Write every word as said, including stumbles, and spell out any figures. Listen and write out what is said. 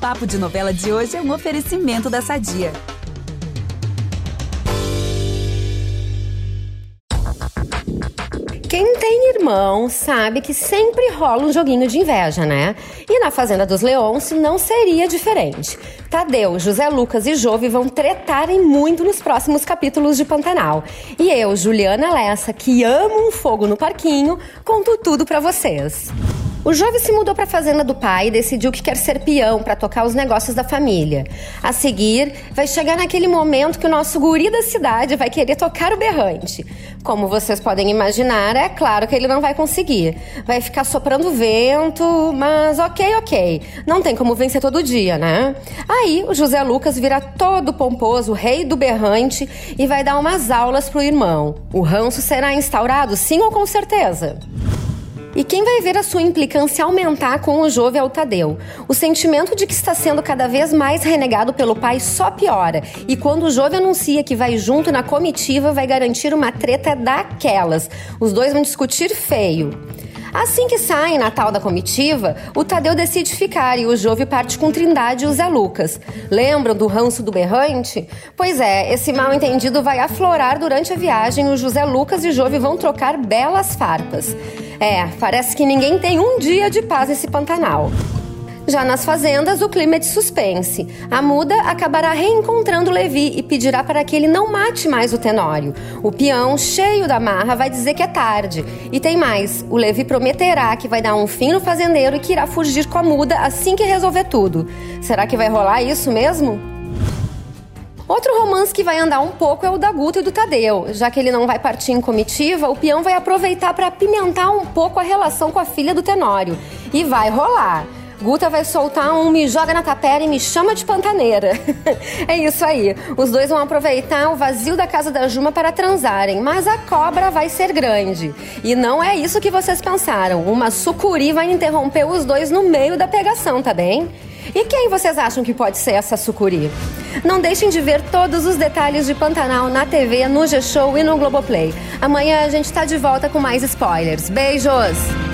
Papo de Novela de hoje é um oferecimento da Sadia. Quem tem irmão sabe que sempre rola um joguinho de inveja, né? E na Fazenda dos Leôncio não seria diferente. Tadeu, José Lucas e Jove vão tretarem muito nos próximos capítulos de Pantanal. E eu, Juliana Lessa, que amo um fogo no parquinho, conto tudo pra vocês. O Jove se mudou para a fazenda do pai e decidiu que quer ser peão para tocar os negócios da família. A seguir, vai chegar naquele momento que o nosso guri da cidade vai querer tocar o berrante. Como vocês podem imaginar, é claro que ele não vai conseguir. Vai ficar soprando vento, mas ok, ok. Não tem como vencer todo dia, né? Aí, o José Lucas vira todo pomposo, rei do berrante, e vai dar umas aulas pro irmão. O ranço será instaurado, sim ou com certeza? E quem vai ver a sua implicância aumentar com o Jove é o Tadeu. O sentimento de que está sendo cada vez mais renegado pelo pai só piora. E quando o Jove anuncia que vai junto na comitiva, vai garantir uma treta daquelas. Os dois vão discutir feio. Assim que saem na tal da comitiva, o Tadeu decide ficar e o Jove parte com Trindade e o Zé Lucas. Lembram do ranço do berrante? Pois é, esse mal-entendido vai aflorar durante a viagem e o José Lucas e o Jove vão trocar belas farpas. É, parece que ninguém tem um dia de paz nesse Pantanal. Já nas fazendas, o clima é de suspense. A muda acabará reencontrando Levi e pedirá para que ele não mate mais o Tenório. O peão, cheio da marra, vai dizer que é tarde. E tem mais, o Levi prometerá que vai dar um fim no fazendeiro e que irá fugir com a muda assim que resolver tudo. Será que vai rolar isso mesmo? Outro romance que vai andar um pouco é o da Guta e do Tadeu. Já que ele não vai partir em comitiva, o peão vai aproveitar para apimentar um pouco a relação com a filha do Tenório. E vai rolar. Guta vai soltar um me joga na tapera e me chama de pantaneira. É isso aí. Os dois vão aproveitar o vazio da casa da Juma para transarem, mas a cobra vai ser grande. E não é isso que vocês pensaram. Uma sucuri vai interromper os dois no meio da pegação, tá bem? E quem vocês acham que pode ser essa sucuri? Não deixem de ver todos os detalhes de Pantanal na T V, no G-Show e no Globoplay. Amanhã a gente tá de volta com mais spoilers. Beijos!